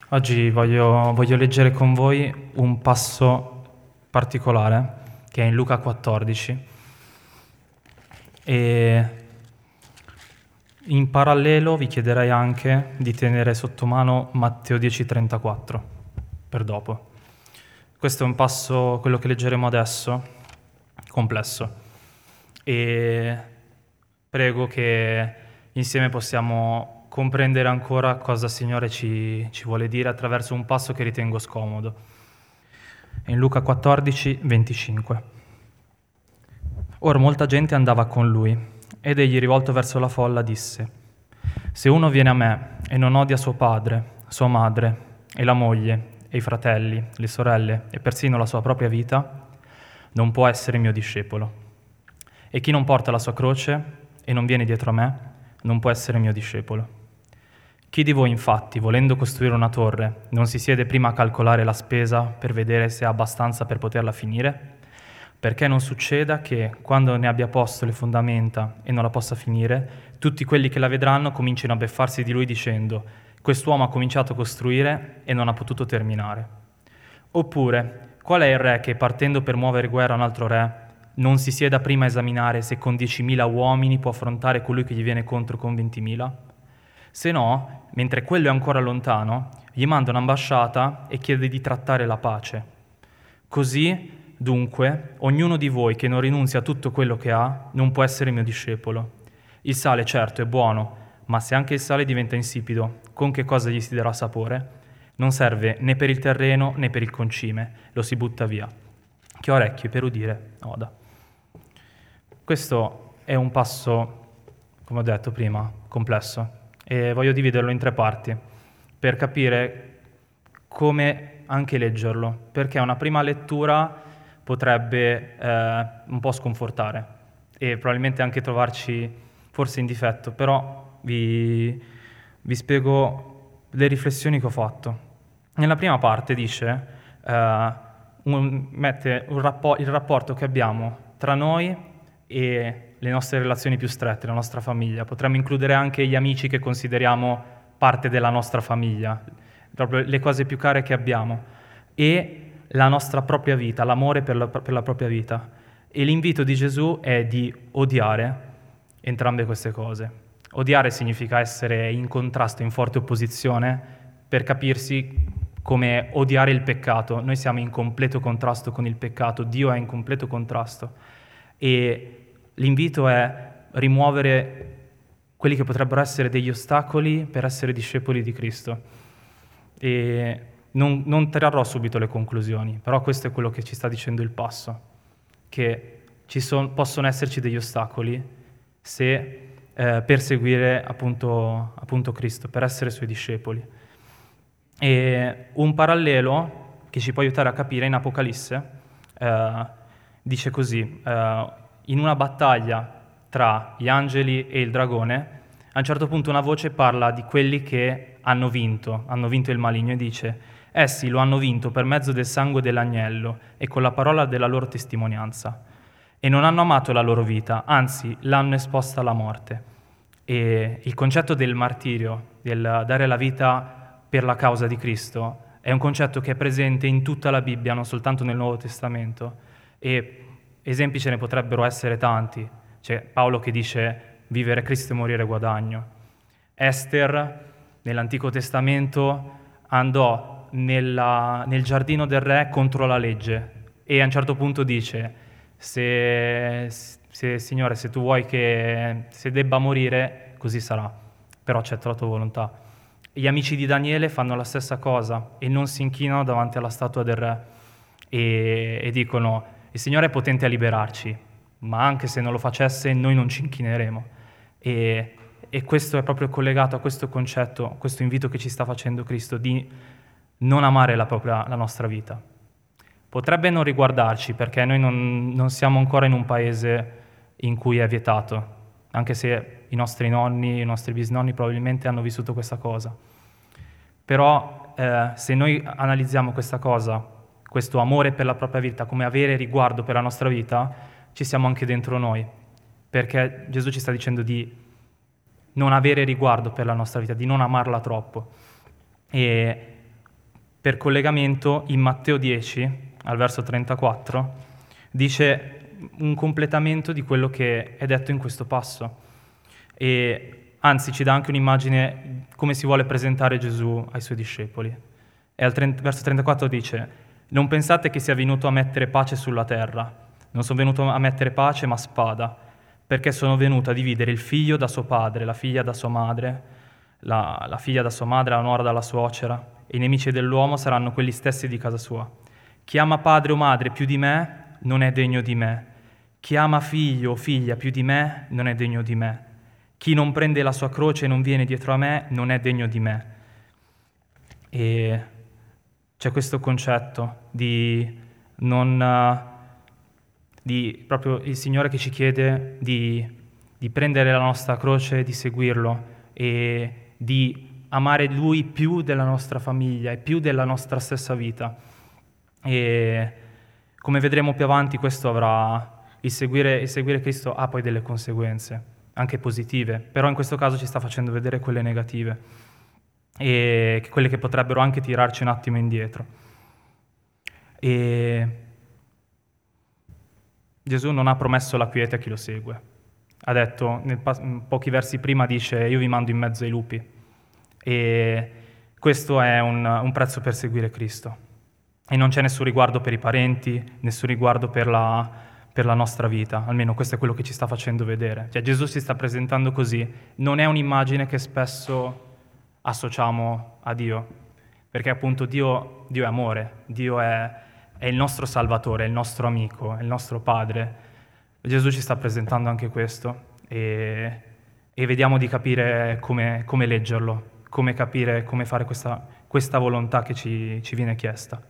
Oggi voglio leggere con voi un passo particolare che è in Luca 14 e in parallelo vi chiederei anche di tenere sotto mano Matteo 10,34 per dopo. Questo è un passo, quello che leggeremo adesso, complesso, e prego che insieme possiamo comprendere ancora cosa il Signore ci vuole dire attraverso un passo che ritengo scomodo. In Luca 14, 25. Ora molta gente andava con lui, ed egli, rivolto verso la folla, disse: «Se uno viene a me e non odia suo padre, sua madre, e la moglie, e i fratelli, le sorelle, e persino la sua propria vita, non può essere mio discepolo. E chi non porta la sua croce e non viene dietro a me, non può essere mio discepolo. Chi di voi, infatti, volendo costruire una torre, non si siede prima a calcolare la spesa per vedere se ha abbastanza per poterla finire? Perché non succeda che, quando ne abbia posto le fondamenta e non la possa finire, tutti quelli che la vedranno comincino a beffarsi di lui dicendo: quest'uomo ha cominciato a costruire e non ha potuto terminare. Oppure, qual è il re che, partendo per muovere guerra a un altro re, non si sieda prima a esaminare se con 10.000 uomini può affrontare colui che gli viene contro con 20.000? Se no, mentre quello è ancora lontano, gli manda un'ambasciata e chiede di trattare la pace. Così, dunque, ognuno di voi che non rinunzia a tutto quello che ha non può essere mio discepolo. Il sale, certo, è buono, ma se anche il sale diventa insipido, con che cosa gli si darà sapore? Non serve né per il terreno né per il concime, lo si butta via. Chi ha orecchie per udire, oda». Questo è un passo, come ho detto prima, complesso, e voglio dividerlo in 3 parti per capire come anche leggerlo, perché una prima lettura potrebbe un po' sconfortare e probabilmente anche trovarci forse in difetto, però vi spiego le riflessioni che ho fatto. Nella prima parte dice, mette il rapporto che abbiamo tra noi e le nostre relazioni più strette, la nostra famiglia. Potremmo includere anche gli amici che consideriamo parte della nostra famiglia, proprio le cose più care che abbiamo, e la nostra propria vita, l'amore per la propria vita. E l'invito di Gesù è di odiare entrambe queste cose. Odiare significa essere in contrasto, in forte opposizione, per capirsi come odiare il peccato. Noi siamo in completo contrasto con il peccato, Dio è in completo contrasto. E l'invito è rimuovere quelli che potrebbero essere degli ostacoli per essere discepoli di Cristo. E non trarrò subito le conclusioni, però questo è quello che ci sta dicendo il passo, che possono esserci degli ostacoli se per seguire appunto Cristo, per essere suoi discepoli. E un parallelo che ci può aiutare a capire in Apocalisse dice così: in una battaglia tra gli angeli e il dragone, a un certo punto una voce parla di quelli che hanno vinto il maligno, e dice: essi lo hanno vinto per mezzo del sangue dell'agnello e con la parola della loro testimonianza, e non hanno amato la loro vita, anzi l'hanno esposta alla morte. E il concetto del martirio, del dare la vita per la causa di Cristo, è un concetto che è presente in tutta la Bibbia, non soltanto nel Nuovo Testamento, e esempi ce ne potrebbero essere tanti. C'è Paolo che dice: vivere Cristo e morire guadagno. Ester, nell'Antico Testamento, andò nel giardino del re contro la legge e a un certo punto dice: Signore, se tu vuoi che se debba morire, così sarà, però accetto la tua volontà. Gli amici di Daniele fanno la stessa cosa e non si inchinano davanti alla statua del re e dicono: il Signore è potente a liberarci, ma anche se non lo facesse noi non ci inchineremo. E questo è proprio collegato a questo concetto, questo invito che ci sta facendo Cristo di non amare la nostra vita. Potrebbe non riguardarci, perché noi non siamo ancora in un paese in cui è vietato, anche se i nostri nonni, i nostri bisnonni probabilmente hanno vissuto questa cosa. Però se noi analizziamo questa cosa, questo amore per la propria vita, come avere riguardo per la nostra vita, ci siamo anche dentro noi, perché Gesù ci sta dicendo di non avere riguardo per la nostra vita, di non amarla troppo. E per collegamento, in Matteo 10, al verso 34, dice un completamento di quello che è detto in questo passo. E anzi ci dà anche un'immagine come si vuole presentare Gesù ai suoi discepoli. E verso 34 dice: «Non pensate che sia venuto a mettere pace sulla terra. Non sono venuto a mettere pace, ma spada, perché sono venuto a dividere il figlio da suo padre, la figlia da sua madre, la figlia da sua madre, la nuora dalla suocera, e i nemici dell'uomo saranno quelli stessi di casa sua. Chi ama padre o madre più di me non è degno di me. Chi ama figlio o figlia più di me non è degno di me. Chi non prende la sua croce e non viene dietro a me non è degno di me». E c'è questo concetto di proprio il Signore che ci chiede di prendere la nostra croce, di seguirlo e di amare Lui più della nostra famiglia e più della nostra stessa vita. E come vedremo più avanti, questo avrà il seguire Cristo ha poi delle conseguenze, anche positive, però in questo caso ci sta facendo vedere quelle negative e quelle che potrebbero anche tirarci un attimo indietro. E Gesù non ha promesso la quiete a chi lo segue. Ha detto, pochi versi prima dice: «Io vi mando in mezzo ai lupi». E questo è un prezzo per seguire Cristo. E non c'è nessun riguardo per i parenti, nessun riguardo per la nostra vita. Almeno questo è quello che ci sta facendo vedere. Cioè Gesù si sta presentando così. Non è un'immagine che spesso associamo a Dio, perché appunto Dio è amore, Dio è il nostro Salvatore, è il nostro amico, è il nostro Padre. Gesù ci sta presentando anche questo e vediamo di capire come leggerlo, come capire, come fare questa volontà che ci viene chiesta.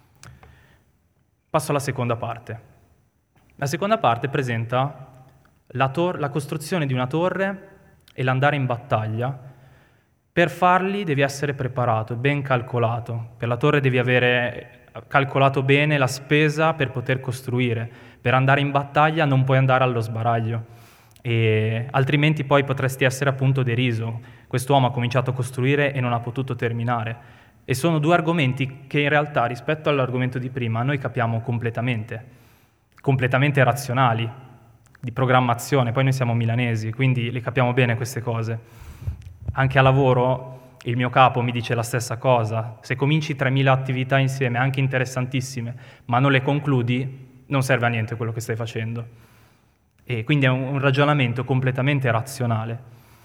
Passo alla seconda parte. La seconda parte presenta la costruzione di una torre e l'andare in battaglia. Per farli devi essere preparato, ben calcolato. Per la torre devi avere calcolato bene la spesa per poter costruire. Per andare in battaglia non puoi andare allo sbaraglio, e altrimenti poi potresti essere appunto deriso. Quest'uomo ha cominciato a costruire e non ha potuto terminare. E sono due argomenti che in realtà, rispetto all'argomento di prima, noi capiamo completamente razionali, di programmazione. Poi noi siamo milanesi, quindi le capiamo bene queste cose. Anche a lavoro il mio capo mi dice la stessa cosa: se cominci 3.000 attività insieme, anche interessantissime, ma non le concludi, non serve a niente quello che stai facendo. E quindi è un ragionamento completamente razionale.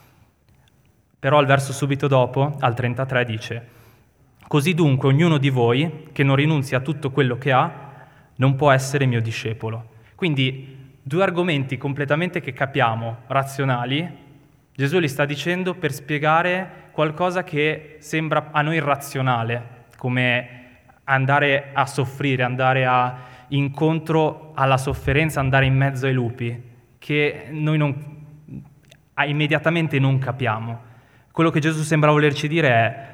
Però al verso subito dopo, al 33, dice: «Così dunque ognuno di voi che non rinunzia a tutto quello che ha non può essere mio discepolo». Quindi due argomenti completamente che capiamo, razionali. Gesù li sta dicendo per spiegare qualcosa che sembra a noi irrazionale, come andare a soffrire, andare incontro alla sofferenza, andare in mezzo ai lupi, che noi immediatamente non capiamo. Quello che Gesù sembra volerci dire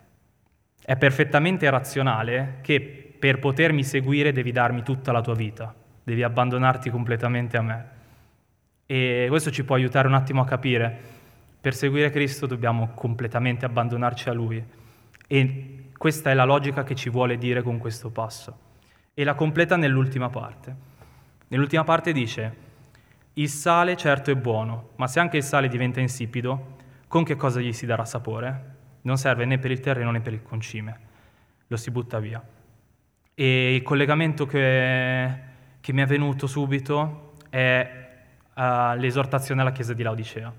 è perfettamente razionale, che per potermi seguire devi darmi tutta la tua vita, devi abbandonarti completamente a me. E questo ci può aiutare un attimo a capire. Per seguire Cristo dobbiamo completamente abbandonarci a Lui. E questa è la logica che ci vuole dire con questo passo. E la completa nell'ultima parte. Nell'ultima parte dice: «Il sale certo è buono, ma se anche il sale diventa insipido, con che cosa gli si darà sapore? Non serve né per il terreno né per il concime. Lo si butta via». E il collegamento che mi è venuto subito è l'esortazione alla chiesa di Laodicea,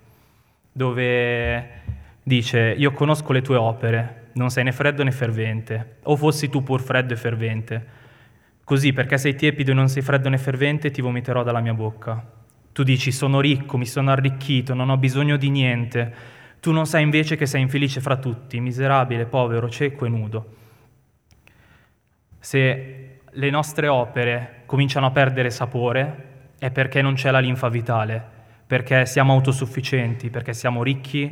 dove dice: «Io conosco le tue opere, non sei né freddo né fervente, o fossi tu pur freddo e fervente. Così, perché sei tiepido e non sei freddo né fervente, ti vomiterò dalla mia bocca. Tu dici: sono ricco, mi sono arricchito, non ho bisogno di niente. Tu non sai invece che sei infelice fra tutti, miserabile, povero, cieco e nudo». Se le nostre opere cominciano a perdere sapore, è perché non c'è la linfa vitale, perché siamo autosufficienti, perché siamo ricchi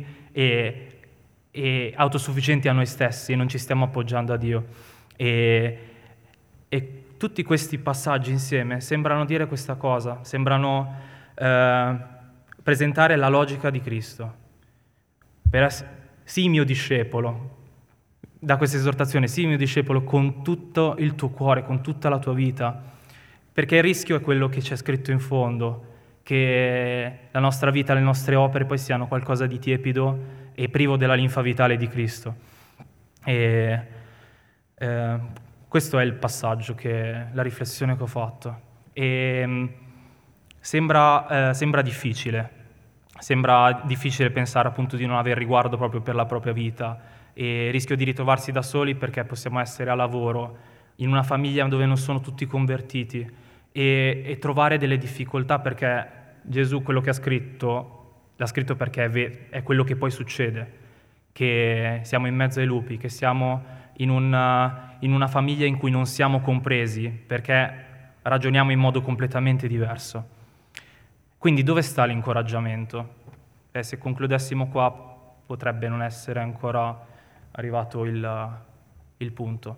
e autosufficienti a noi stessi e non ci stiamo appoggiando a Dio. E tutti questi passaggi insieme sembrano dire questa cosa, sembrano presentare la logica di Cristo. Sì, mio discepolo, da questa esortazione, sii mio discepolo con tutto il tuo cuore, con tutta la tua vita, perché il rischio è quello che c'è scritto in fondo, che la nostra vita, le nostre opere poi siano qualcosa di tiepido e privo della linfa vitale di Cristo. E questo è il passaggio, la riflessione che ho fatto. E sembra difficile pensare appunto di non aver riguardo proprio per la propria vita, e rischio di ritrovarsi da soli perché possiamo essere a lavoro, in una famiglia dove non sono tutti convertiti, e trovare delle difficoltà perché Gesù quello che ha scritto, l'ha scritto perché è quello che poi succede, che siamo in mezzo ai lupi, che siamo in una famiglia in cui non siamo compresi perché ragioniamo in modo completamente diverso. Quindi dove sta l'incoraggiamento? Se concludessimo qua potrebbe non essere ancora arrivato il punto.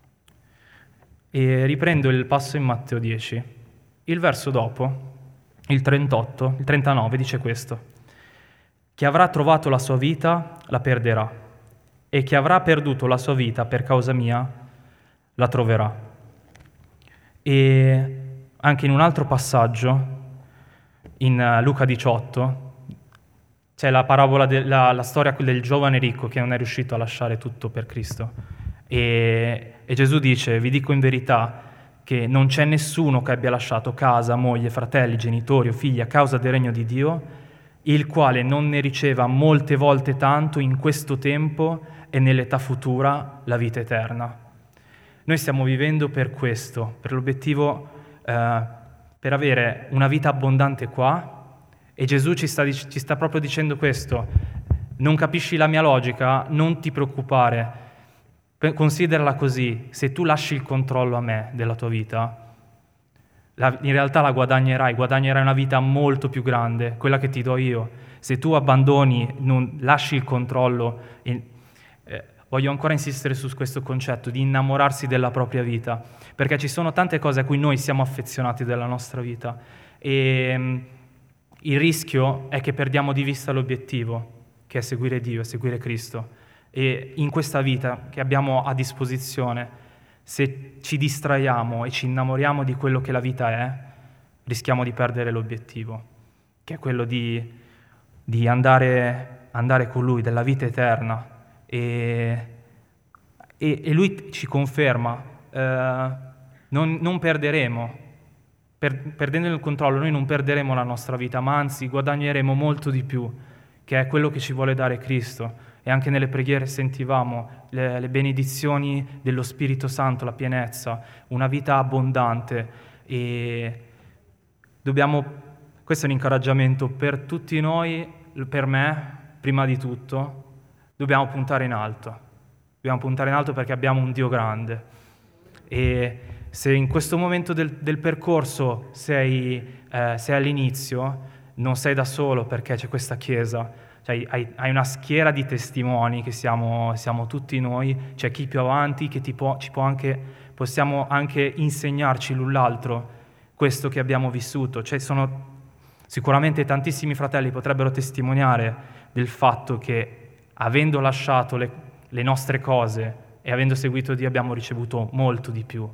E riprendo il passo in Matteo 10. Il verso dopo, il 39, dice questo: chi avrà trovato la sua vita la perderà, e chi avrà perduto la sua vita per causa mia la troverà. E anche in un altro passaggio, in Luca 18, c'è la parabola, la storia del giovane ricco che non è riuscito a lasciare tutto per Cristo. E Gesù dice: vi dico in verità che non c'è nessuno che abbia lasciato casa, moglie, fratelli, genitori o figli a causa del regno di Dio, il quale non ne riceva molte volte tanto in questo tempo e nell'età futura la vita eterna. Noi stiamo vivendo per questo, per l'obiettivo, per avere una vita abbondante qua, e Gesù ci sta proprio dicendo questo: non capisci la mia logica? Non ti preoccupare, considerala così: se tu lasci il controllo a me della tua vita, in realtà la guadagnerai una vita molto più grande, quella che ti do io. Se tu abbandoni, non lasci il controllo, voglio ancora insistere su questo concetto di innamorarsi della propria vita, perché ci sono tante cose a cui noi siamo affezionati della nostra vita, e il rischio è che perdiamo di vista l'obiettivo, che è seguire Dio, seguire Cristo. E in questa vita che abbiamo a disposizione, se ci distraiamo e ci innamoriamo di quello che la vita è, rischiamo di perdere l'obiettivo, che è quello di andare con Lui, della vita eterna. E Lui ci conferma, non perderemo. Perdendo il controllo noi non perderemo la nostra vita, ma anzi guadagneremo molto di più, che è quello che ci vuole dare Cristo. E anche nelle preghiere sentivamo le benedizioni dello Spirito Santo, la pienezza, una vita abbondante. E questo è un incoraggiamento per tutti noi, per me, prima di tutto. Dobbiamo puntare in alto. Dobbiamo puntare in alto perché abbiamo un Dio grande. E se in questo momento del percorso sei all'inizio, non sei da solo perché c'è questa Chiesa, cioè hai una schiera di testimoni che siamo tutti noi, c'è chi più avanti che possiamo anche insegnarci l'un l'altro questo che abbiamo vissuto. Cioè sono sicuramente tantissimi fratelli potrebbero testimoniare del fatto che avendo lasciato le nostre cose e avendo seguito Dio abbiamo ricevuto molto di più.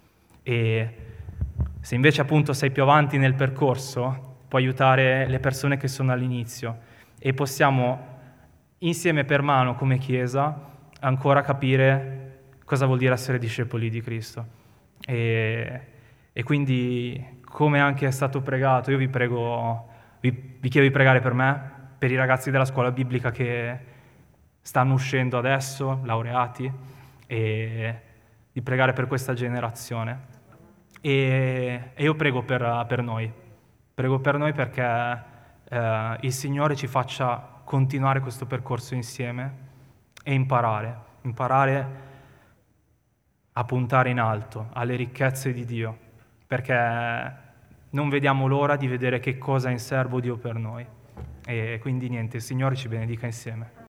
E se invece appunto sei più avanti nel percorso, puoi aiutare le persone che sono all'inizio, e possiamo insieme per mano come Chiesa ancora capire cosa vuol dire essere discepoli di Cristo. E quindi, come anche è stato pregato, io vi chiedo di pregare per me, per i ragazzi della scuola biblica che stanno uscendo adesso, laureati, e di pregare per questa generazione. E io prego per noi. Prego per noi perché il Signore ci faccia continuare questo percorso insieme e imparare a puntare in alto alle ricchezze di Dio, perché non vediamo l'ora di vedere che cosa ha in serbo Dio per noi. E quindi niente, il Signore ci benedica insieme.